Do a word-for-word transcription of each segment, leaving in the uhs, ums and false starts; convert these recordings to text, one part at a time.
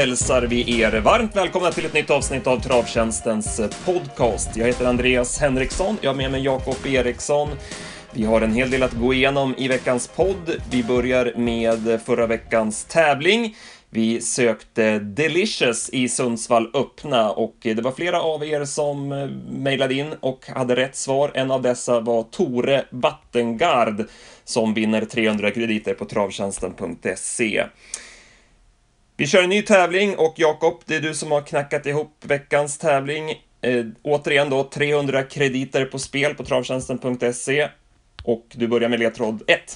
hälsar vi er varmt välkomna till ett nytt avsnitt av Travtjänstens podcast. Jag heter Andreas Henriksson, jag har med mig Jakob Eriksson. Vi har en hel del att gå igenom i veckans podd. Vi börjar med förra veckans tävling. Vi sökte Delicious i Sundsvall öppna och det var flera av er som mejlade in och hade rätt svar. En av dessa var Tore Vattengard som vinner trehundra krediter på travtjänsten punkt se. Vi kör en ny tävling och Jakob, det är du som har knackat ihop veckans tävling. Eh, återigen då, trehundra krediter på spel på travtjänsten punkt se och du börjar med ledtråd ett.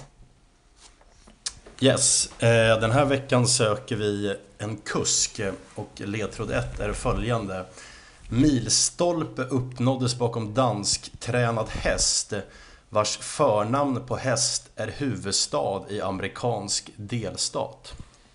Yes, eh, den här veckan söker vi en kusk och ledtråd ett är följande. Milstolpe uppnåddes bakom dansk tränad häst vars förnamn på häst är huvudstad i amerikansk delstat.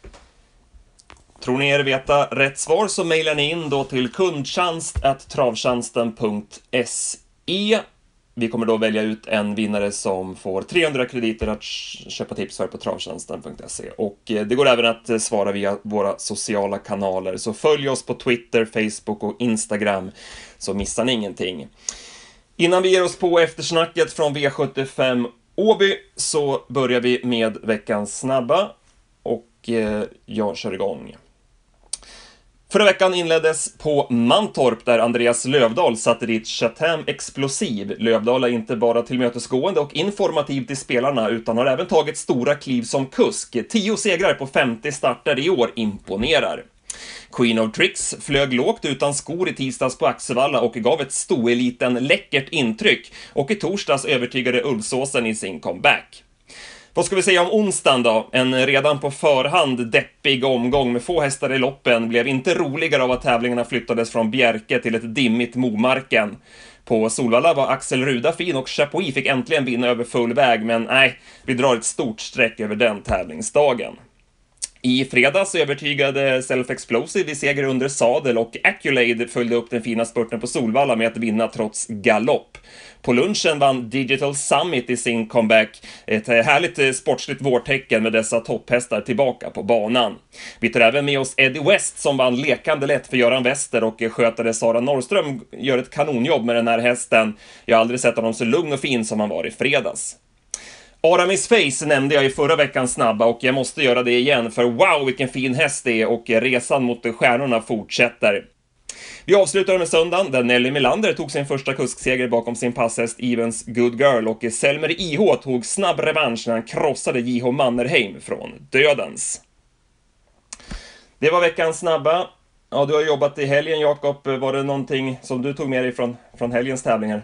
Tror ni er veta rätt svar så mejlar ni in då till kundtjänst at travtjänsten punkt se. Vi kommer då välja ut en vinnare som får trehundra krediter att köpa tips för på travtjänsten punkt se. Och det går även att svara via våra sociala kanaler. Så följ oss på Twitter, Facebook och Instagram så missar ni ingenting. Innan vi ger oss på eftersnacket från V sjuttiofem Åby så börjar vi med veckans snabba. Och jag kör igång. Förra veckan inleddes på Mantorp där Andreas Lövdahl satte dit Chatham Explosiv. Lövdahl är inte bara tillmötesgående och informativ till spelarna utan har även tagit stora kliv som kusk. Tio segrar på femtio starter i år imponerar. Queen of Tricks flög lågt utan skor i tisdags på Axevalla och gav ett stoeliten läckert intryck och i torsdags övertygade Ulfsåsen i sin comeback. Vad ska vi säga om onsdagen då? En redan på förhand deppig omgång med få hästar i loppen blev inte roligare av att tävlingarna flyttades från Bjerke till ett dimmigt Momarken. På Solvalla var Axel Ruda fin och Chapuis fick äntligen vinna över full väg, men nej, vi drar ett stort streck över den tävlingsdagen. I fredags övertygade Self Explosive i seger under sadel och Accolade följde upp den fina spurten på Solvalla med att vinna trots galopp. På lunchen vann Digital Summit i sin comeback, ett härligt sportsligt vårtecken med dessa topphästar tillbaka på banan. Vi tar även med oss Eddie West som vann lekande lätt för Göran Wester och skötare Sara Norrström gör ett kanonjobb med den här hästen. Jag har aldrig sett honom så lugn och fin som han var i fredags. Aramis Face nämnde jag i förra veckans snabba och jag måste göra det igen för wow vilken fin häst det är och resan mot stjärnorna fortsätter. Vi avslutar med söndagen där Nelly Melander tog sin första kuskseger bakom sin passhäst Evens Good Girl och Selmer I H tog snabb revansch när han krossade J H Mannerheim från dödens. Det var veckans snabba. Ja, du har jobbat i helgen Jakob. Var det någonting som du tog med dig från, från helgens tävlingar?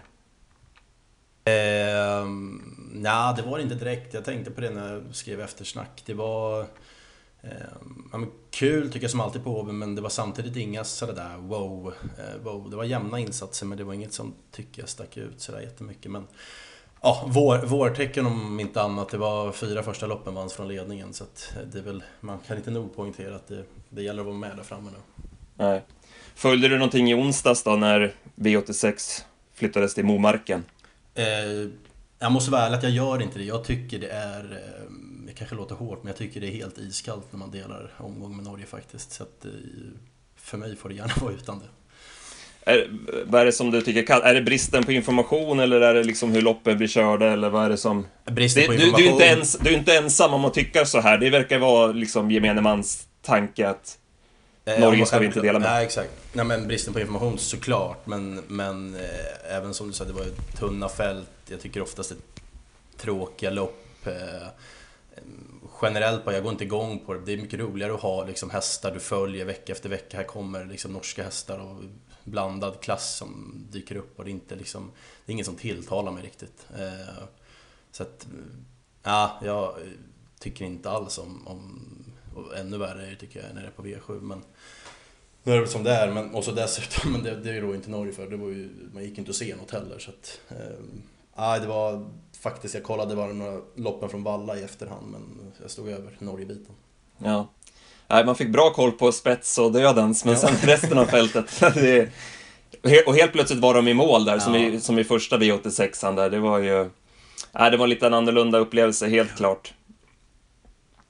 Eh, nej, det var inte direkt. Jag tänkte på det när jag skrev eftersnack. Det var eh, ja, men kul tycker jag som alltid på Åby, men det var samtidigt inga sådär wow, eh, wow. Det var jämna insatser, men det var inget som tycker jag stack ut sådär jättemycket. Men ja, vår, vårtecken om inte annat. Det var fyra första loppen vanns från ledningen, så att det är väl, man kan inte nog poängtera att det, det gäller att vara med där framme nu. Nej. Följde du någonting i onsdags då när V åttiosex flyttades till Momarken? Eh, jag måste vara ärlig att jag gör inte det. Jag tycker det är, eh, det kanske låter hårt, men jag tycker det är helt iskallt när man delar omgång med Norge faktiskt. Så att eh, för mig får det gärna vara utan det. Är, vad är det som du tycker kallt? Är det bristen på information eller är det liksom hur loppen blir körda eller vad är det som... Bristen på det, information. Du, du, är inte ens, du är inte ensam om att tycka så här. Det verkar vara liksom gemene mans tanke att eh, Norge ska vi inte dela med. Nej, exakt. Nej, men bristen på information såklart, men, men eh, även som du sa, det var ett tunna fält. Jag tycker oftast ett tråkiga lopp. Eh, generellt bara, jag går inte igång på det. Det är mycket roligare att ha liksom hästar du följer vecka efter vecka. Här kommer liksom norska hästar och blandad klass som dyker upp och det är inte liksom, det är ingen som tilltalar mig riktigt. Eh, så att ja, jag tycker inte alls om, om och ännu värre tycker jag när det är på V sju, men nu är det väl som det är, men och så dessutom, men det, det är ju då inte Norge för det var ju, man gick inte att se något heller, så att eh, det var faktiskt, jag kollade bara några loppen från Valla i efterhand, men jag stod över Norge-biten. Ja. Nej, man fick bra koll på spets och dödens, men ja. Sen resten av fältet det, och helt plötsligt var de i mål där, ja. som, i, som i första V åttiosex där, det var ju nej, det var lite en annorlunda upplevelse, helt klart.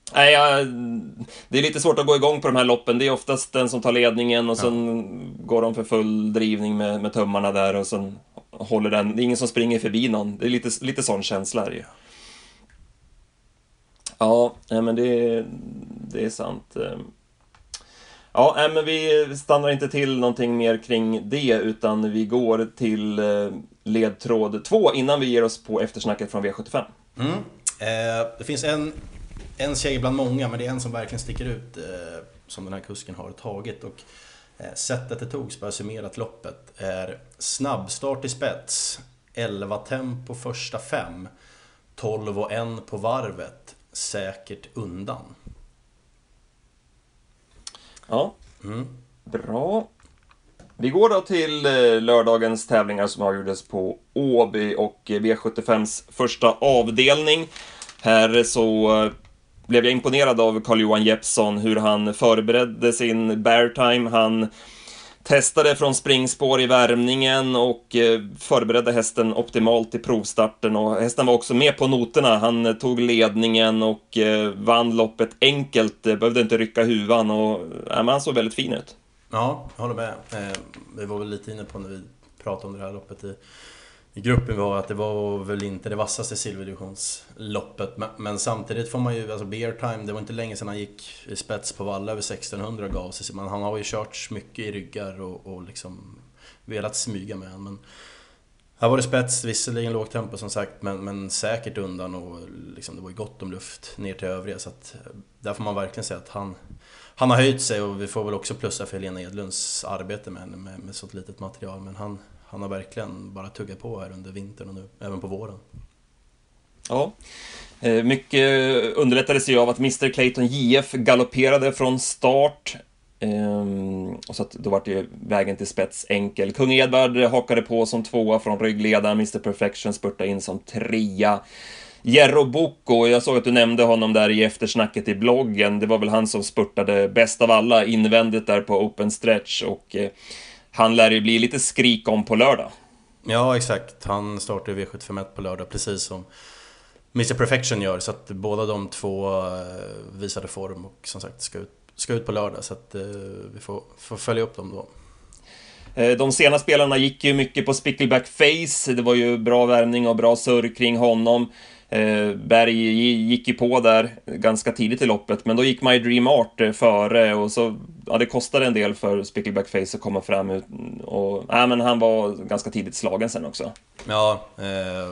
Nej, jag, det är lite svårt att gå igång på de här loppen. Det är oftast den som tar ledningen och sen ja. går de för full drivning med, med tummarna där och sen håller den. Det är ingen som springer förbi någon. Det är lite, lite sån känsla ju. Ja, men det, det är sant. Ja, men vi stannar inte till någonting mer kring det, utan vi går till ledtråd två innan vi ger oss på eftersnacket från V sjuttiofem. Mm. Eh, det finns en, en tjej bland många, men det är en som verkligen sticker ut eh, som den här kusken har tagit. Och eh, sättet det togs, bara summerat loppet, är snabbstart i spets, elva tempo första fem, tolv och en på varvet, säkert undan. Ja, mm. Bra. Vi går då till lördagens tävlingar som avgjordes på Åby och V sjuttiofems första avdelning. Här så blev jag imponerad av Carl-Johan Jeppsson, hur han förberedde sin bear time. Han testade från springspår i värmningen och förberedde hästen optimalt i provstarten, och hästen var också med på noterna. Han tog ledningen och vann loppet enkelt, behövde inte rycka huvan, och ja, han såg väldigt fin ut. Ja, jag håller med. Vi var väl lite inne på när vi pratade om det här loppet i, i gruppen, var att det var väl inte det vassaste silverdivisionsloppet, men, men samtidigt får man ju, alltså bear time, det var inte länge sedan han gick i spets på Valla över sextonhundra och gav sig, men han har ju kört mycket i ryggar och, och liksom velat smyga med han, men här var det spets, visserligen lågt tempo som sagt, men, men säkert undan, och liksom det var ju gott om luft ner till övriga, så att där får man verkligen säga att han Han har höjt sig, och vi får väl också plussa för Helena Edlunds arbete med, med, med sånt litet material. Men han, han har verkligen bara tuggat på här under vintern och nu, även på våren. Ja, mycket underlättades ju av att mister Clayton J F galopperade från start. Och så att då var det vägen till spets enkel. Kung Edvard hakade på som tvåa från ryggledaren. mister Perfection spurtade in som trea. Jerro Bocco, jag såg att du nämnde honom där i eftersnacket i bloggen. Det var väl han som spurtade bäst av alla invändigt där på open stretch, och eh, han lär ju bli lite skrik om på lördag. Ja, exakt. Han startar V sjuttiofem på lördag, precis som mister Perfection gör, så att båda de två visade form och som sagt ska ut, ska ut på lördag, så att eh, vi får, får följa upp dem då. De sena spelarna gick ju mycket på Spickleback Face. Det var ju bra värmning och bra surr kring honom. Berg gick ju på där ganska tidigt i loppet, men då gick My Dream Art före, och så, ja, det kostade en del för Spickleback Face att komma fram ut, och ja, men han var ganska tidigt slagen sen också. Ja, eh,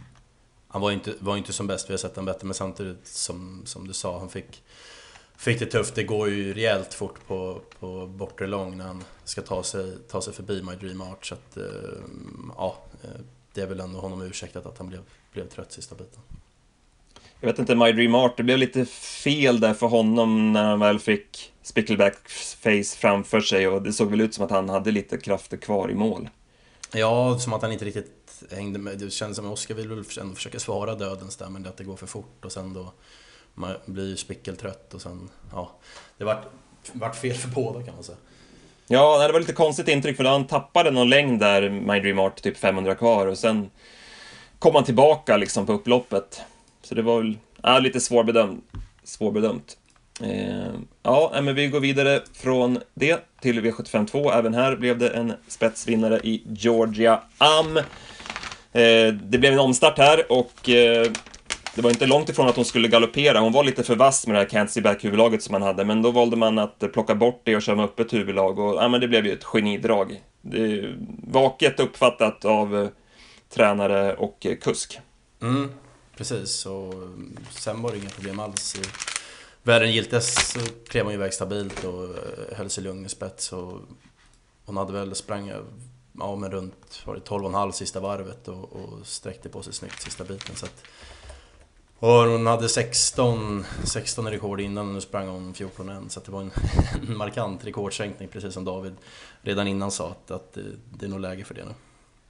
han var inte, var inte som bäst, vi har sett han bättre, men samtidigt som, som du sa, han fick Fick det tufft, det går ju rejält fort på, på bortre lång när han ska ta sig, ta sig förbi My Dream Art, så att, ja, det är väl ändå honom ursäktat att han blev, blev trött sista biten. Jag vet inte, My Dream Art, det blev lite fel där för honom när han väl fick Spickleback Face framför sig, och det såg väl ut som att han hade lite krafter kvar i mål. Ja, som att han inte riktigt hängde med. Det känns som att Oskar vill väl ändå försöka svara dödens där, men det att det går för fort, och sen då man blir ju spickeltrött, och sen, ja, det vart, vart fel för båda, kan man säga. Ja, det var lite konstigt intryck, för då han tappade någon längd där, My Dream Art, typ femhundra kvar, och sen kom han tillbaka liksom på upploppet. Så det var väl, ja, lite svårbedömt. svårbedömt. Eh, ja, men vi går vidare från det till V sjuttiofem två. Även här blev det en spetsvinnare i Georgia Am. Eh, det blev en omstart här, och eh, det var inte långt ifrån att hon skulle galoppera. Hon var lite för vass med det här Can't See Back-huvudlaget som man hade, men då valde man att plocka bort det och köra med öppet huvudlag, och ja, men det blev ju ett genidrag. Det vaket uppfattat av eh, tränare och eh, kusk. Mm, precis, och sen var det inga problem alls. I världen giltes så klev hon iväg stabilt och höll sig lugn i spets, och hon hade väl sprang ja, med runt var det tolv och en halv sista varvet, och, och sträckte på sig snyggt sista biten, så att, och hon hade sexton, sexton rekord innan, och nu sprang hon fjorton en, så att det var en, en markant rekordsänkning, precis som David redan innan sa, att, att det, det är nog läge för det nu.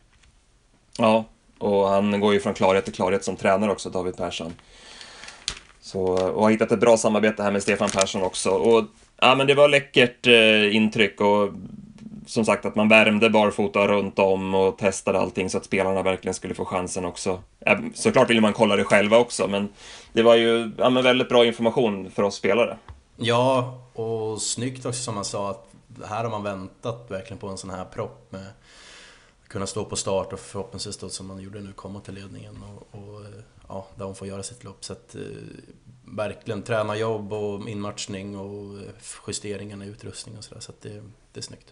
Ja, och han går ju från klarhet till klarhet som tränare också, David Persson. Så, och har hittat ett bra samarbete här med Stefan Persson också. Och ja, men det var läckert eh, intryck, och som sagt att man värmde barfota runt om och testade allting så att spelarna verkligen skulle få chansen också. Såklart ville man kolla det själva också, men det var ju ja, men väldigt bra information för oss spelare. Ja, och snyggt också som man sa att här har man väntat verkligen på en sån här propp med att kunna stå på start och förhoppningsvis då, som man gjorde nu, komma till ledningen och, och ja, där hon får göra sitt lopp. Så att eh, verkligen träna jobb och inmatchning och justeringarna i utrustning och sådär, så att det, det är snyggt.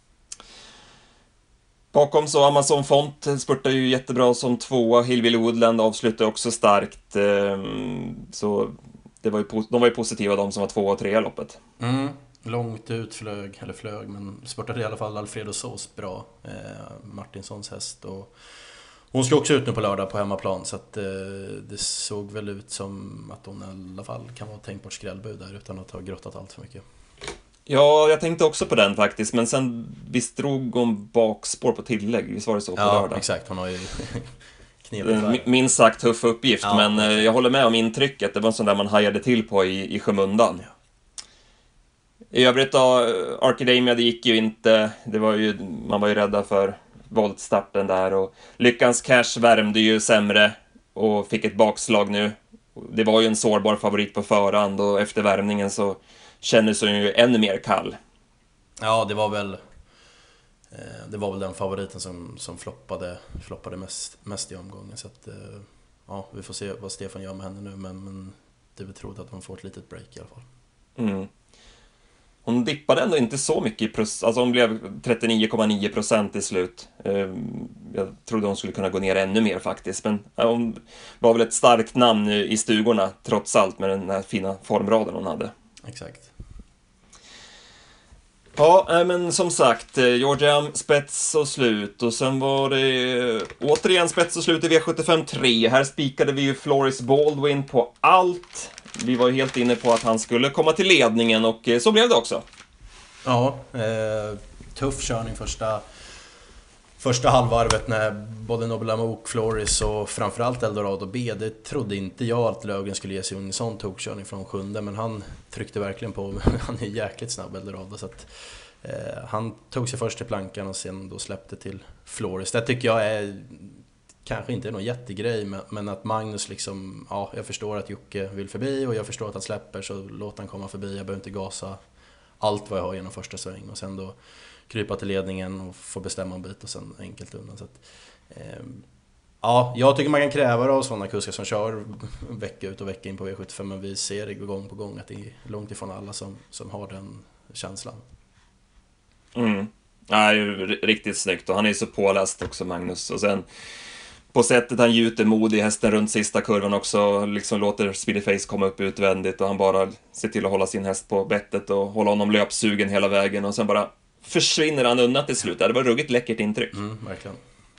Bakom så Amazon Font spurtar ju jättebra som tvåa. Hillville Woodland avslutar också starkt. Så det var ju, de var ju positiva, de som var två och tre i loppet. Mm. Långt ut flög, eller flög, men spurtade i alla fall Alfredo Sås bra. Eh, Martinssons häst. Och hon ska också ut nu på lördag på hemmaplan, så att eh, det såg väl ut som att hon i alla fall kan vara tänkbart skrällbud där utan att ha grottat allt för mycket. Ja, jag tänkte också på den faktiskt, men sen visst drog hon bakspår på tillägg, visst var det så på ja, lördag? Exakt, hon har ju knivit minst sagt tuff uppgift, ja, men okay. Jag håller med om intrycket, det var en sån där man hajade till på i, i skymundan. Ja. I övrigt då, Archidemia, det gick ju inte, det var ju, man var ju rädda för voltstarten där, och Lyckans Cash värmde ju sämre och fick ett bakslag nu. Det var ju en sårbar favorit på förhand, och efter värmningen så kändes hon ju ännu mer kall. Ja, det var väl det var väl den favoriten som, som floppade, floppade mest, mest i omgången. Så att, ja, vi får se vad Stefan gör med henne nu, men, men det är väl troligt att hon får ett litet break i alla fall. Mm. Hon dippade ändå inte så mycket i procent, alltså hon blev trettionio komma nio procent i slut. Jag trodde hon skulle kunna gå ner ännu mer faktiskt, men hon var väl ett starkt namn i stugorna trots allt med den här fina formraden hon hade. Exakt. Ja, men som sagt, Georgia spets och slut, och sen var det återigen spets och slut i V sjuttiofem tre. Här spikade vi ju Floris Baldwin på allt. Vi var ju helt inne på att han skulle komma till ledningen, och så blev det också. Ja, eh, tuff körning första, första halvvarvet när både Nobel Amok, Floris och framförallt Eldorado B. Det trodde inte jag att Löfgren skulle ge sig en sån tokkörning från sjunde, men han tryckte verkligen på. Han är jäkligt snabb, Eldorado, så att eh, han tog sig först till plankan och sen då släppte till Floris. Det tycker jag är kanske inte någon jättegrej, men att Magnus liksom, ja, jag förstår att Jocke vill förbi och jag förstår att han släpper, så låt han komma förbi. Jag behöver inte gasa allt vad jag har genom första sväng och sen då krypa till ledningen och få bestämma en bit och sen enkelt undan. Så att, eh, ja, jag tycker man kan kräva det av sådana kuskar som kör vecka ut och vecka in på V sjuttiofem, men vi ser det gång på gång att det är långt ifrån alla som, som har den känslan. Mm. Ja, det är riktigt snyggt, och han är så påläst också, Magnus. Och sen på sättet han gjuter mod i hästen runt sista kurvan också, liksom låter Speedyface komma upp utvändigt, och han bara ser till att hålla sin häst på bettet och hålla honom löpsugen hela vägen, och sen bara försvinner han undan till slut. Det var ruggigt läckert intryck. Mm, verkligen.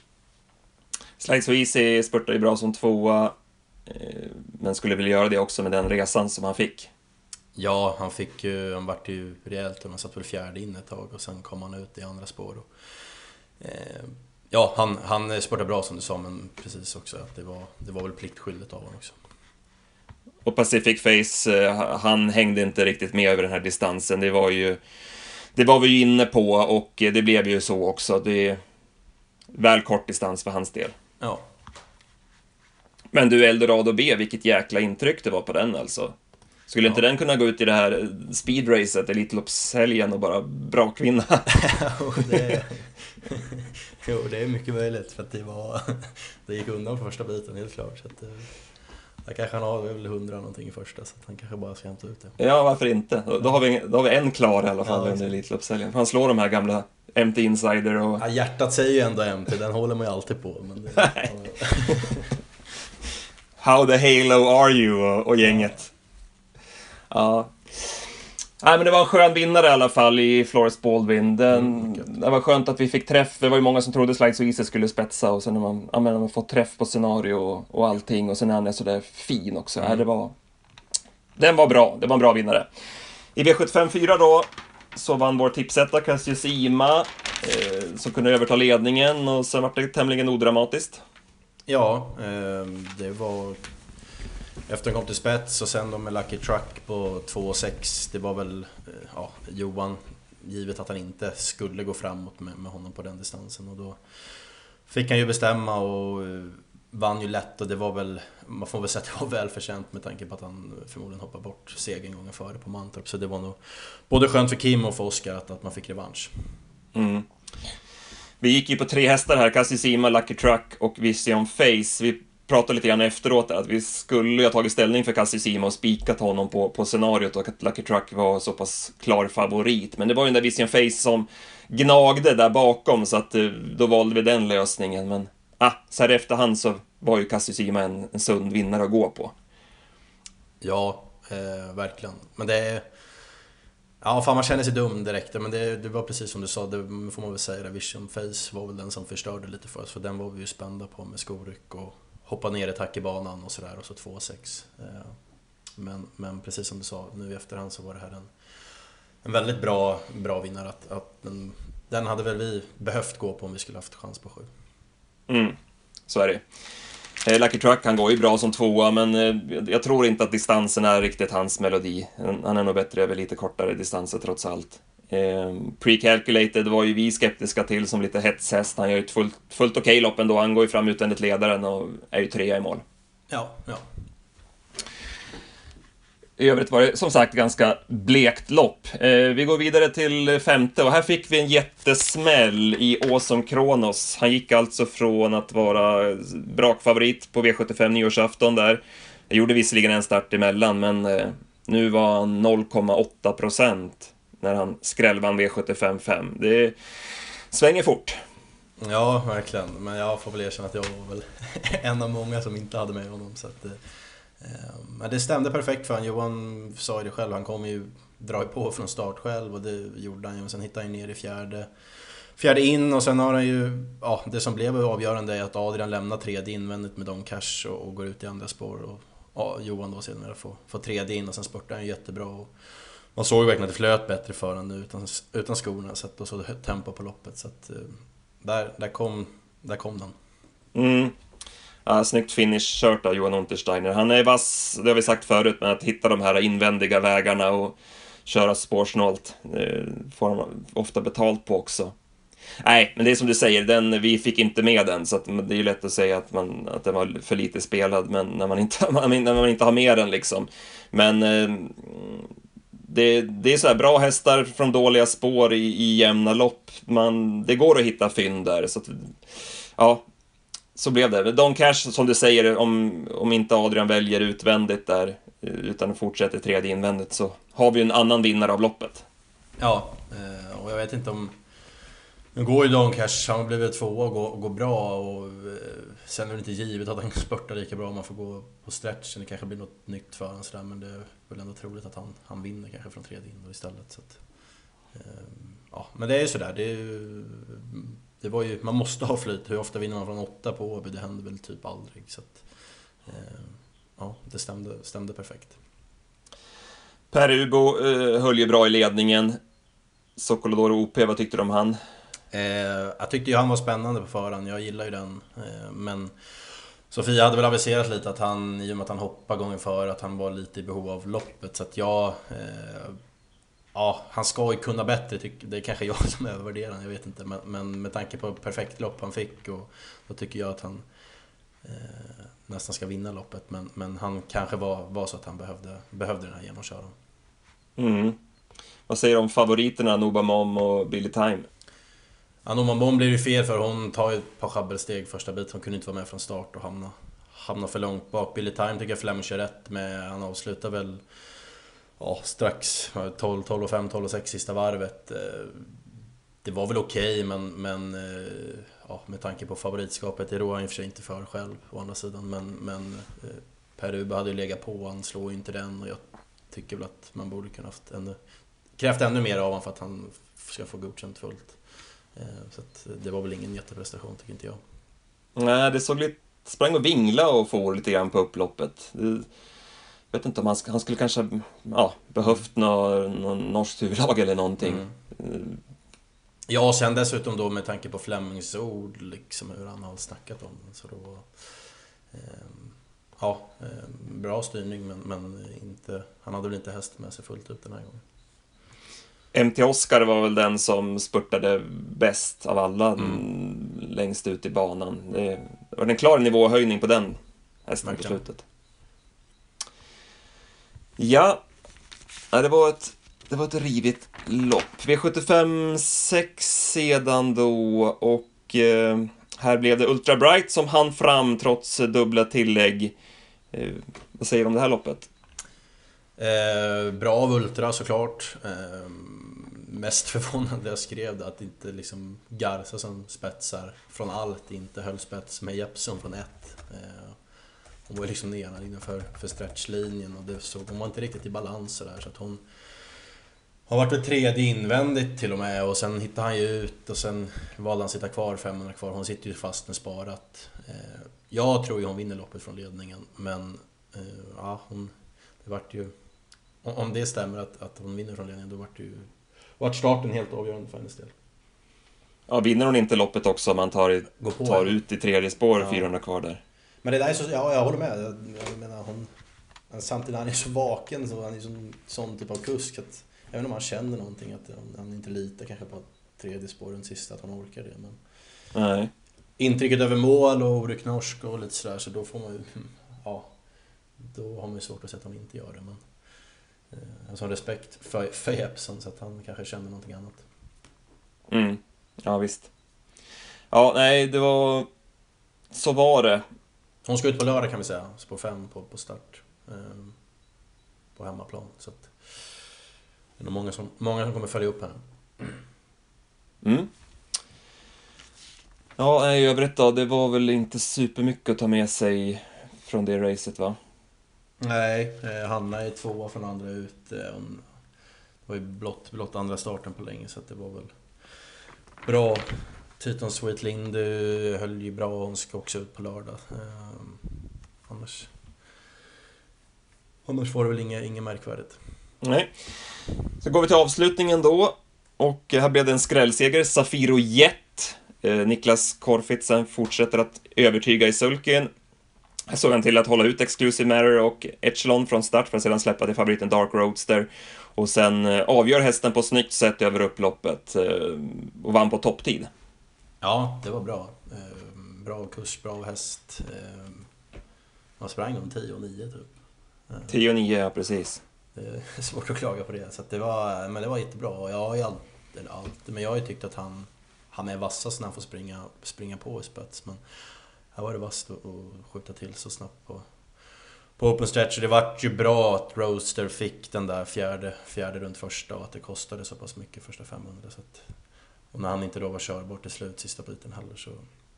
Slides So Easy spurtade ju bra som tvåa, men skulle väl göra det också med den resan som han fick. Ja, han fick ju, han vart ju rejält, och han satt väl fjärde in ett tag och sen kom han ut i andra spår. Och, eh, ja, han, han spurtade bra som du sa, men precis också att det var, det var väl pliktskyldigt av honom också. Och Pacific Face, han hängde inte riktigt med över den här distansen. Det var ju, det var vi ju inne på, och det blev ju så också. Det är väl kort distans för hans del. Ja. Men du, Eldorado B, vilket jäkla intryck det var på den alltså. Skulle inte ja. den kunna gå ut i det här speedracet, Elitloppshelgen, och bara brakvinna? jo, det är, jo, det är mycket möjligt, för att det var, det gick undan på första biten, helt klart. Så att, där kanske han har väl hundra någonting i första, så att han kanske bara ska hämta ut det. Ja, varför inte? Då har vi, då har vi en klar i alla fall ja, under Elitloppshelgen. Han slår de här gamla M T Insider och... Ja, hjärtat säger ju ändå M T, den håller man ju alltid på. Men det, ja. How the Halo are you och, och gänget. Ja. Nej, men det var en skön vinnare i alla fall i Floris Baldwin. Den, mm, det var skönt att vi fick träff. Det var ju många som trodde Slides So Easy skulle spetsa, och sen när man, ja, men, man fått träff på scenario och, och allting, och sen är han är så där fin också. Mm. Ja, det var, den var bra. Det var en bra vinnare. I V sjuttiofem fyra då så vann vår tipsetta Cassius Ima, eh, som kunde överta ledningen, och sen var det tämligen odramatiskt. Ja, eh, det var... Efter den kom till spets och sen då med Lucky Truck på två sex, det var väl, ja, Johan givet att han inte skulle gå framåt med, med honom på den distansen. Och då fick han ju bestämma och vann ju lätt, och det var väl, man får väl säga att det var välförtjänt med tanke på att han förmodligen hoppade bort segern gången före på Mantorp. Så det var nog både skönt för Kim och för Oskar att, att man fick revansch. Mm. Vi gick ju på tre hästar här, Kassisima, Lucky Truck och Vision Face. Vi pratade lite grann efteråt att vi skulle ha tagit ställning för Kassisima och spikat honom på, på scenariot, och att Lucky Truck var så pass klar favorit. Men det var ju den där Vision Face som gnagde där bakom, så att då valde vi den lösningen. Men ah, så här efterhand så var ju Kassisima en, en sund vinnare att gå på. Ja, eh, verkligen. Men det är... Ja, fan, man känner sig dum direkt. Men det, det var precis som du sa, det får man väl säga. Vision Face var väl den som förstörde lite för oss. För den var vi ju spända på med skoryck och hoppa ner i tackebanan och sådär. Och så två sex. Men, men precis som du sa, nu i efterhand så var det här en, en väldigt bra, bra vinnare. Att, att den, den hade väl vi behövt gå på om vi skulle haft chans på sju. Mm, så är det. Lucky Truck, han går ju bra som tvåa, men jag tror inte att distansen är riktigt hans melodi. Han är nog bättre över lite kortare distanser trots allt. Pre-calculated var ju vi skeptiska till som lite hetshäst. Han gör ju ett fullt, fullt okej lopp ändå. Han går ju fram utvändigt ledaren och är ju trea i mål. Ja, ja. I övrigt var det som sagt ganska blekt lopp. Vi går vidare till femte, och här fick vi en jättesmäll i Awesome Kronos. Han gick alltså från att vara brakfavorit på V sjuttiofem nyårsafton där. Jag gjorde visserligen en start emellan, men nu var han noll komma åtta procent när han skrällvann V sjuttiofem fem. Det svänger fort. Ja, verkligen. Men jag får väl erkänna att jag var väl en av många som inte hade med honom, så att... Men det stämde perfekt för han. Johan sa ju det själv, han kom ju dra på från start själv, och det gjorde han ju. Sen hittade han ner i fjärde fjärde in, och sen har han ju, ja, det som blev avgörande är att Adrian lämnar tredje invändigt med Don Cash och, och går ut i andra spår, och ja, Johan då sedan får, får tredje in, och sen spurtar han ju jättebra, och man såg ju verkligen att det flöt bättre för han nu utan, utan skorna, så att då så tempo på loppet, så att där, där, kom, där kom den. Mm. Ja, snyggt finish kört av Johan Untersteiner. Han är vass, det har vi sagt förut, men att hitta de här invändiga vägarna och köra spårsnålt får han ofta betalt på också. Nej, men det är som du säger, den, vi fick inte med den, så att det är ju lätt att säga att, man, att den var för lite spelad, men när man inte, när man inte har med den liksom. Men det, det är så här bra hästar från dåliga spår i, i jämna lopp. Man, det går att hitta fynd där, så att, ja, så blev det. Don Cash, som du säger, om, om inte Adrian väljer utvändigt där, utan fortsätter tredje invändigt, så har vi en annan vinnare av loppet. Ja, och jag vet inte om... Nu går ju Don Cash, han har blivit tvåa och går, och går bra, och sen är det inte givet att han spurtar lika bra om man får gå på stretchen. Det kanske blir något nytt för honom sådär, men det är väl ändå troligt att han, han vinner kanske från tredje in då istället. Så att, ja, men det är ju sådär, det är ju... Det var ju, man måste ha flyt. Hur ofta vinner man från åtta på Åby? Det händer väl typ aldrig. Så att, eh, ja, det stämde, stämde perfekt. Per-Ugo eh, höll ju bra i ledningen. Sokolodoro O P, vad tyckte du om han? Eh, jag tyckte ju han var spännande på förhand. Jag gillar ju den. Eh, men Sofia hade väl aviserat lite att han, i och med att han hoppade gången före, att han var lite i behov av loppet. Så att jag... Eh, Ja, han ska ju kunna bättre, det är kanske jag som övervärderar, jag vet inte, men, men med tanke på perfekt lopp han fick, och då tycker jag att han eh, nästan ska vinna loppet, men, men han kanske var, var så att han behövde, behövde den här genomkören. Mm. Vad säger du om favoriterna Nova Mom och Billy Time? Ja, Nova Mom blir ju fel för hon tar ju ett par schabbelsteg första bit, hon kunde inte vara med från start och hamna, hamna för långt bak. Billy Time tycker jag Flemish kör rätt med, han avslutar väl ja, strax tolv, tolv och fem, tolv och sex sista varvet. Det var väl okej, okay, men, men ja, med tanke på favoritskapet, det rår han ju för sig inte för själv å andra sidan. Men, men Per-Uba hade ju legat på, han slår ju inte den, och jag tycker väl att man borde kunna haft ännu, krävt ännu mer av honom för att han ska få godkänt fullt. Så att det var väl ingen jätteprestation, tycker inte jag. Nej, det såg lite, sprang och vingla och får lite grann på upploppet. Det... Jag vet inte om han, han skulle kanske ja, behövt någon, någon norsk huvudlag eller någonting. Mm. Ja, och sen dessutom då med tanke på Flemings ord, liksom hur han har snackat om det, så då eh, ja, eh, bra styrning, men, men inte, han hade väl inte häst med sig fullt ut den här gången. M T Oscar var väl den som spurtade bäst av alla Mm. längst ut i banan. Det var en klar nivåhöjning på den hästen på slutet. Ja, det var ett, det var ett rivigt lopp. V sjuttiofem sex sedan då, och eh, här blev det Ultra Bright som hann fram trots dubbla tillägg. Eh, vad säger du om det här loppet? Eh, bra av Ultra såklart. Eh, mest förvånande jag skrev det att inte liksom Garza som spetsar från allt inte höll spets med Jeppson från ett. Eh, hon var liksom nedan innanför för stretchlinjen och det såg, hon var inte riktigt i balans så där, så att hon har varit ett tredje invändigt till och med, och sen hittade han ju ut och sen valde han sitta kvar femhundra kvar. Hon sitter ju fast med sparat. Eh, jag tror ju hon vinner loppet från ledningen, men eh, ja, hon, det vart ju, om det stämmer att, att hon vinner från ledningen, då vart det ju vart starten helt avgörande för hennes del. Ja, vinner hon inte loppet också, man tar, i, tar ut i tredje spår, ja. fyrahundra kvar där. Men det där är så, ja, jag håller med. Jag, jag menar, hon, samtidigt han är så vaken, så han är sån, sån typ av kusk att jag vet inte om han känner någonting, att han inte litar kanske på tredje spåren sista, att han orkar det. Men nej. Intrycket över mål och oryck norsk och lite sådär, så då får man ju, ja, då har man ju svårt att säga att han inte gör det. Men jag har sån respekt för, för Jeppson så att han kanske känner någonting annat. Mm, ja visst. Ja, nej, det var, så var det. Hon ska ut på lördag kan vi säga, spår fem på, på start. Eh, på hemmaplan, så att det är nog många som, många som kommer följa upp henne. Mm. Ja, i övrigt då, det var väl inte supermycket att ta med sig från det racet, va? Nej, eh, Hanna är tvåa från andra ut. Eh, hon, det var ju blott, blott andra starten på länge, så att det var väl bra. Titan Sweet Lindy höll ju bra, hon ska också ut på lördag. Eh, annars annars var det väl inget, inget märkvärdigt. Nej. Så går vi till avslutningen då. Och här blev det en skrällseger. Safiro Jet. Eh, Niklas Korfitsen fortsätter att övertyga i sulken. Jag såg han till att hålla ut Exclusive Matter och Echelon från start för att sedan släppa till favoriten Dark Roadster. Och sen eh, avgör hästen på snyggt sätt över upploppet eh, och vann på topptid. Ja, det var bra. Eh, bra kurs, bra häst. Eh, man sprang om tio och nio typ. Eh, tio och nio, ja precis. Det är svårt att klaga på det, så att det var, men det var jättebra. Jag har ju allt, eller allt, men jag har ju tyckt att han, han är vassast när han får springa, springa på i spets. Men här var det vasst att skjuta till så snabbt på, på open stretch. Det var ju bra att Roadster fick den där fjärde, fjärde runt första och att det kostade så pass mycket första femhundra. Så att, och när han inte då var körbar till slut sista biten heller, så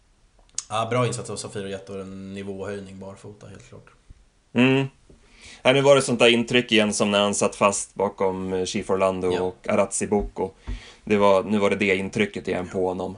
ja, bra insats av Safiro Jet och en nivåhöjning barfota helt klart. Mm. Här nu var det sånt där intryck igen som när han satt fast bakom Chief Orlando ja. och Arazzi Boko. Det var, nu var det det intrycket igen på honom.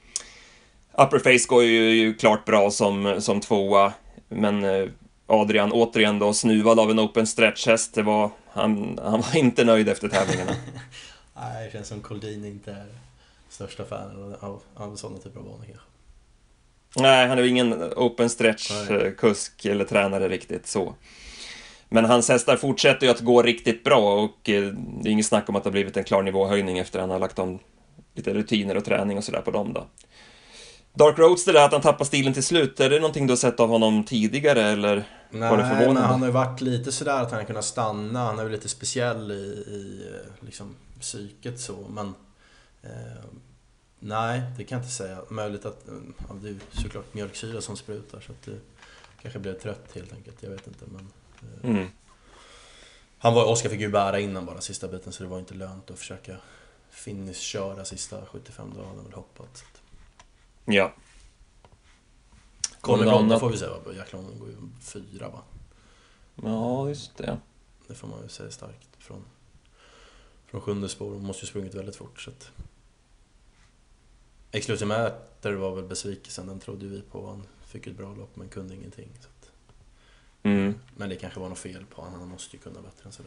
Upperface går ju, ju klart bra som, som tvåa, men Adrian återigen då snuvad av en open stretch-häst. Det var, han, han var inte nöjd efter tävlingarna. Nej, det känns som Coldini inte är största fan av, av sådana typer av banor kanske. Nej, han är ju ingen open stretch-kusk eller tränare riktigt så. Men hans hästar fortsätter ju att gå riktigt bra och det är inget snack om att det har blivit en klar nivåhöjning efter att han har lagt om lite rutiner och träning och sådär på dem då. Dark Roadster, där att han tappar stilen till slut, är det någonting du har sett av honom tidigare eller Nej, var det förvånande? Nej, han har ju varit lite sådär att han har kunnat stanna, han är ju lite speciell i, i liksom psyket så, men eh, nej, det kan jag inte säga. Möjligt att, ja, det är ju såklart mjölksyra som sprutar så att det kanske blir trött helt enkelt, jag vet inte, men Mm. han var, Oskar fick ju bära innan bara sista biten, så det var inte lönt att försöka finish köra sista sjuttiofem, då hade han väl hoppat så att... Ja. Kommer någon, får vi säga, jäklar, hon går ju fyra va? Ja, just det. Det får man ju säga starkt från, från sjunde spår, hon måste ju sprungit väldigt fort så att... Exclusive Matter var väl besvikelsen, den trodde vi på, han fick ett bra lopp men kunde ingenting så att... Mm. Men det kanske var något fel på honom, han måste ju kunna bättre än sådär.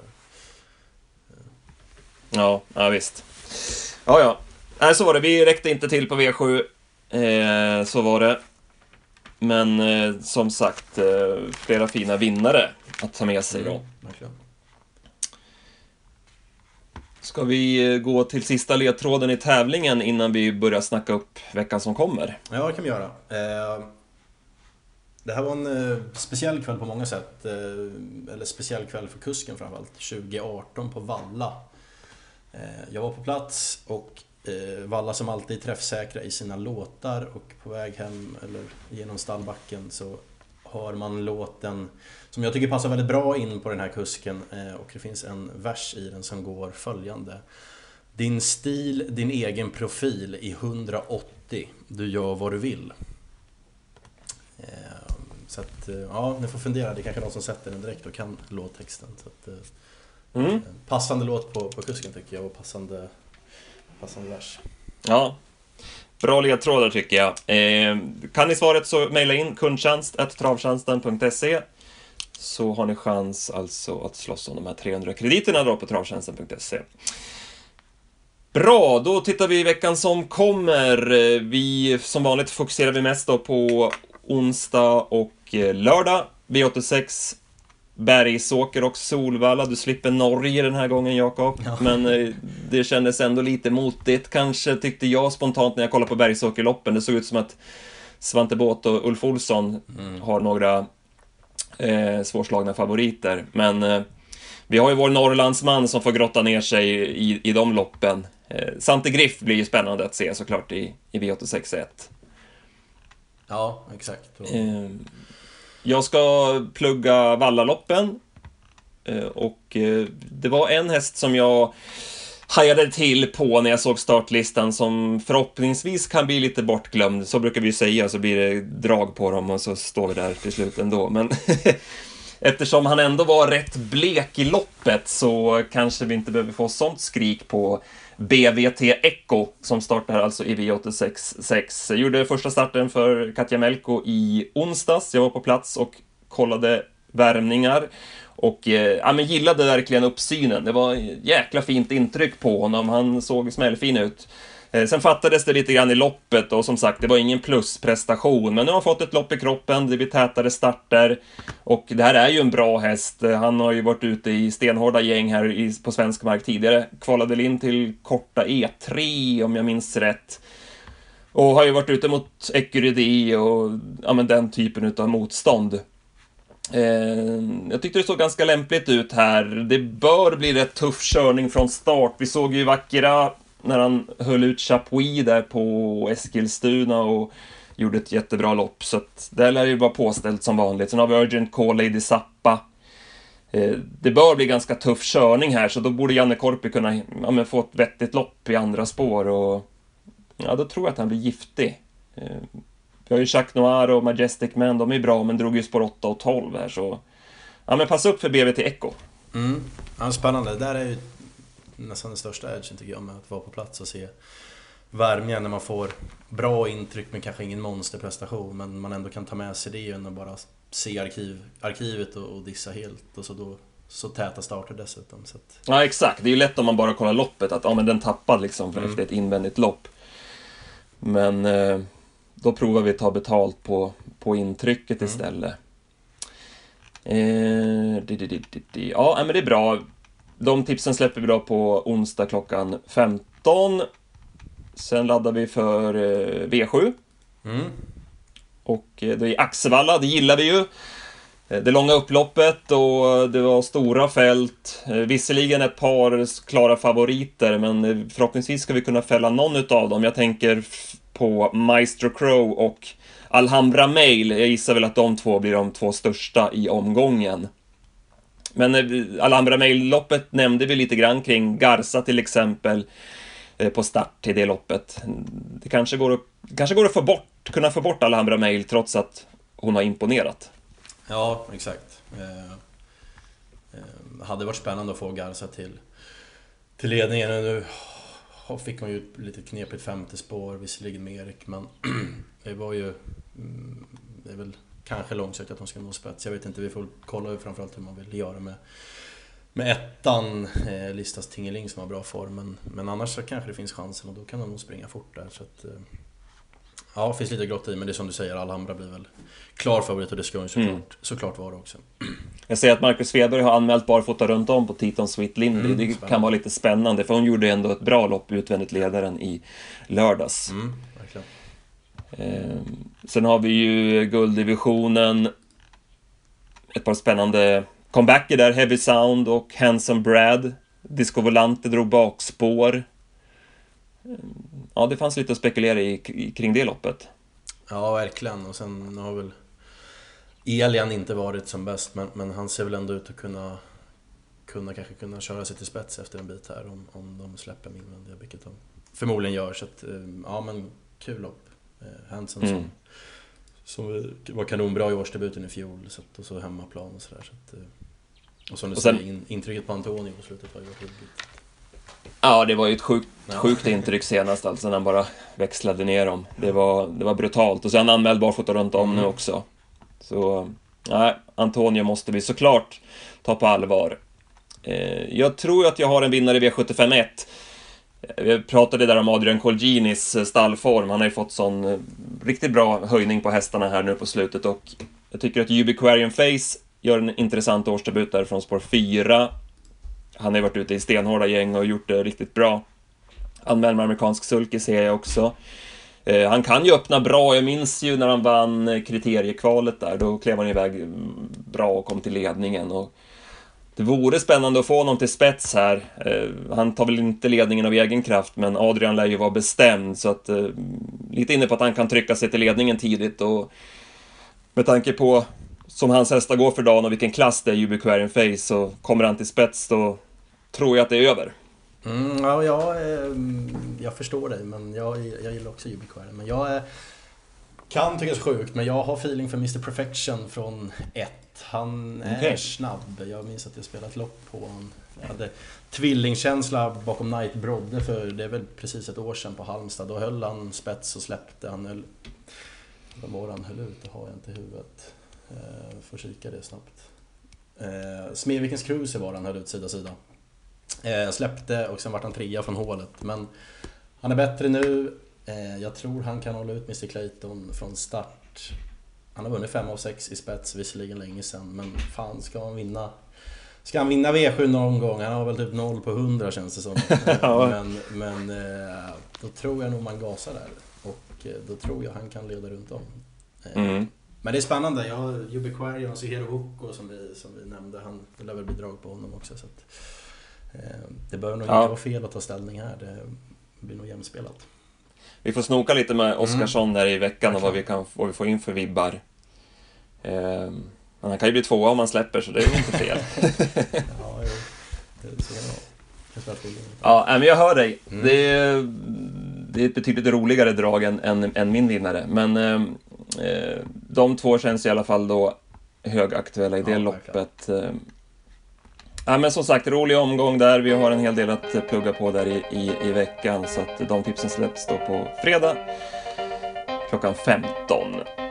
Ja, ja visst. Ja, ja. Nej, så var det. Vi räckte inte till på V sju. Eh, så var det. Men eh, som sagt, eh, flera fina vinnare att ta med sig då. Mm, verkligen. Ska vi gå till sista ledtråden i tävlingen innan vi börjar snacka upp veckan som kommer? Ja, det kan vi göra. Det här var en speciell kväll på många sätt. Eller speciell kväll för kusken framförallt. tjugo arton på Valla. Jag var på plats och Valla som alltid är träffsäkra i sina låtar, och på väg hem eller genom stallbacken så har man låten som jag tycker passar väldigt bra in på den här kusken, och det finns en vers i den som går följande: din stil, din egen profil i hundraåttio, du gör vad du vill. Så att, ja, ni får fundera, det är kanske någon som sätter den direkt och kan låttexten. Så att, mm. Passande låt på, på kusken tycker jag, och passande, passande vers. Ja, bra ledtrådar tycker jag. Eh, kan ni svaret så mejla in kundtjänst at travtjänsten punkt se, så har ni chans alltså att slåss om de här trehundra krediterna då på travtjänsten punkt se. Bra, då tittar vi i veckan som kommer. Vi som vanligt fokuserar vi mest då på onsdag och lördag. V åttiosex, Bergsåker och Solvalla. Du slipper Norge den här gången, Jakob. Ja. Men eh, det kändes ändå lite motigt kanske, tyckte jag spontant när jag kollade på Bergsåkerloppen. Det såg ut som att Svante Båth och Ulf Olsson mm. har några eh, svårslagna favoriter. Men eh, vi har ju vår Norrlandsman som får grotta ner sig i, i de loppen. Eh, Sante Griff blir ju spännande att se såklart i, i V åttiosex ett. Ja, exakt. Och... Eh, jag ska plugga Vallaloppen. Eh, och eh, det var en häst som jag hajade till på när jag såg startlistan, som förhoppningsvis kan bli lite bortglömd. Så brukar vi ju säga, så blir det drag på dem och så står vi där till slut ändå. Men eftersom han ändå var rätt blek i loppet så kanske vi inte behöver få sånt skrik på B V T Echo, som startar alltså i V åttiosex sex. Jag gjorde första starten för Katja Melko i onsdags. Jag var på plats och kollade värmningar och eh, ja, men gillade verkligen uppsynen. Det var jäkla fint intryck på honom. Han såg smällfin ut. Eh, sen fattades det lite grann i loppet, och som sagt, det var ingen plusprestation. Men nu har han fått ett lopp i kroppen, det blir tätare starter. Och det här är ju en bra häst. Han har ju varit ute i stenhårda gäng här i, på svensk mark tidigare. Kvalade in till korta E tre om jag minns rätt. Och har ju varit ute mot Ecuridi och ja, men den typen av motstånd. Eh, jag tyckte det såg ganska lämpligt ut här. Det bör bli rätt tuff körning från start. Vi såg ju Vackra när han höll ut Chapuis där på Eskilstuna och gjorde ett jättebra lopp. Så att det lär ju vara påställt som vanligt. Sen har vi Urgent Call, Lady Zappa. Eh, det bör bli ganska tuff körning här, så då borde Janne Korpi kunna ja, men få ett vettigt lopp i andra spår. Och ja, då tror jag att han blir giftig. Eh, Vi har ju Jacques Noir och Majestic Man, de är bra, men drog ju spår åtta och tolv här, så ja, men passa upp för B V T Echo. Mm. Ja, spännande. Det där är ju nästan den största edgen tycker jag, med att vara på plats och se värmningen när man får bra intryck men kanske ingen monsterprestation, men man ändå kan ta med sig det och bara se arkiv, arkivet och, och dissa helt, och så då så täta starter dessutom. Så att... Ja, exakt. Det är ju lätt om man bara kollar loppet att ja, men den tappar liksom för mm. efter ett invändigt lopp. Men eh, då provar vi att ta betalt på, på intrycket mm. istället. Eh, di, di, di, di, di. Ja, men det är bra. De tipsen släpper vi då på onsdag klockan femton. Sen laddar vi för eh, V sju. Mm. Och eh, det är Axevalla, det gillar vi ju. Det långa upploppet och det var stora fält. Visserligen ett par klara favoriter, men förhoppningsvis ska vi kunna fälla någon utav dem. Jag tänker på Maestro Crow och Alhambra Mail. Jag gissar väl att de två blir de två största i omgången. Men Alhambra Mail-loppet nämnde vi lite grann kring. Garza till exempel på start till det loppet. Det kanske går att, kanske går att få bort, kunna få bort Alhambra Mail trots att hon har imponerat. Ja, exakt. Eh, eh, hade varit spännande att få Garza till, till ledningen. Nu fick hon ju lite knepigt femte spår, visserligen med Erik, men det var ju mm, det är väl kanske långsökt att hon ska nå spets. Jag vet inte, vi får kolla hur, framförallt hur man vill göra med, med ettan, eh, Listas Tingeling som har bra form, men, men annars så kanske det finns chansen och då kan hon nog springa fort där. Så att, eh, ja, det finns lite grått i, men det är som du säger, Alhambra blir väl klar favorit och det ska hon såklart, mm. såklart vara också. Jag säger att Marcus Svedberg har anmält barfota runt om på Teton Sweet Lindy. Mm, det spännande. kan vara lite spännande, för hon gjorde ändå ett bra lopp utvändigt ledaren i lördags. Mm, verkligen. Eh, sen har vi ju gulddivisionen. Ett par spännande comebacker där. Heavy Sound och Handsome Brad. Disco Volante drog bakspår. Eh, ja, det fanns lite att spekulera i, i kring det loppet. Ja, verkligen. Och sen har väl Elian inte varit som bäst, men, men han ser väl ändå ut att kunna kunna kanske kunna köra sig till spets efter en bit här om, om de släpper min invändiga, vilket de förmodligen gör. Så att, ja, men kul lopp. Hansen Mm. som, som var kanonbra i årsdebuten i fjol, så att, och så hemmaplan och sådär. Så att, och som du Och sen- säger, in, intrycket på Antonio på slutet var ju ruggigt. Ja, det var ju ett sjukt, Ja. sjukt intryck senast, alltså när han bara växlade ner dem. Det var, det var brutalt. Och sen anmäld barfota runt om Mm. nu också. Så, nej, Antonio måste vi såklart ta på allvar. Eh, jag tror att jag har en vinnare i V sjuttiofem ett. Vi pratade där om Adrian Colginis stallform. Han har ju fått sån eh, riktigt bra höjning på hästarna här nu på slutet. Och jag tycker att Ubiquarian Face gör en intressant årsdebut där från spår fyra. Han har ju varit ute i stenhårda gäng och gjort det riktigt bra. Anmäld med amerikansk sulky ser jag också. Eh, han kan ju öppna bra. Jag minns ju när han vann kriteriekvalet där. Då klev han iväg bra och kom till ledningen. Och det vore spännande att få honom till spets här. Eh, han tar väl inte ledningen av egen kraft, men Adrian lär ju vara bestämd. Så att, eh, lite inne på att han kan trycka sig till ledningen tidigt. Och med tanke på som hans hästar går för dagen och vilken klass det är Ubiquarian Face, så kommer han till spets, då tror jag att det är över. Mm, ja, jag, eh, jag förstår dig, men jag, jag gillar också Ubiquarian. Men jag eh, kan tyckas sjukt, men jag har feeling för mister Perfection från ett. Han är Okej. snabb. Jag minns att jag spelat ett lopp på honom. Jag hade tvillingkänsla bakom Knight Brodde för det är väl precis ett år sedan på Halmstad. Då höll han spets och släppte. Han höll, vad var han höll ut? Det har jag inte i huvudet. Eh, får kika det snabbt. Eh, Smedvikens Cruiser var han höll ut sida sida. Eh, släppte och sen vart han trea från hålet. Men han är bättre nu. Eh, jag tror han kan hålla ut mister Clayton från start. Han har vunnit fem av sex i spets, visserligen länge sedan. Men fan, ska han vinna? Ska han vinna V sju någon gång? Han har väl typ noll på hundra känns det som. Ja. Men, men eh, då tror jag nog man gasar där. Och eh, då tror jag han kan leda runt om. Eh, Mm. Men det är spännande. Jag har Ubiquarian och Hero Hoko som vi, som vi nämnde. Han, det lär väl bli drag på honom också. Så att, eh, det bör nog Ja. inte vara fel att ta ställning här. Det blir nog jämspelat. Vi får snoka lite med Oskarsson här i veckan och vad vi kan vad vi får in för vibbar. Eh, men han kan ju bli tvåa om han släpper, så det är ju inte fel. Ja, jo. Det ser jag nog. Jag tror att det är- Ja, men jag hör dig. Mm. Det, är, det är ett betydligt roligare drag än, än, än min vinnare. Men eh, de två känns i alla fall då högaktuella i det Ja, loppet. Eh, ja, men som sagt, rolig omgång där. Vi har en hel del att plugga på där i, i, i veckan. Så att de tipsen släpps då på fredag klockan femton.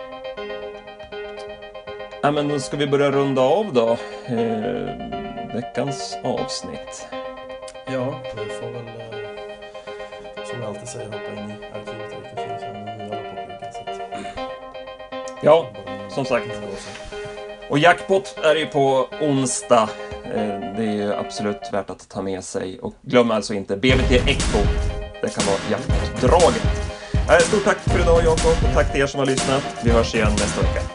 Ja, men då ska vi börja runda av då. Eh, veckans avsnitt. Ja, vi får väl eh, som jag alltid säger hoppa in i arkivet och vilka finns här nu alla på pluggen, så att- Ja, som sagt. Och jackpot är ju på onsdag. Eh, Det är ju absolut värt att ta med sig. Och glöm alltså inte B V T Echo. Det kan vara jackpot-draget. Eh, Stort tack för idag, Jakob. Och tack till er som har lyssnat. Vi hörs igen nästa vecka.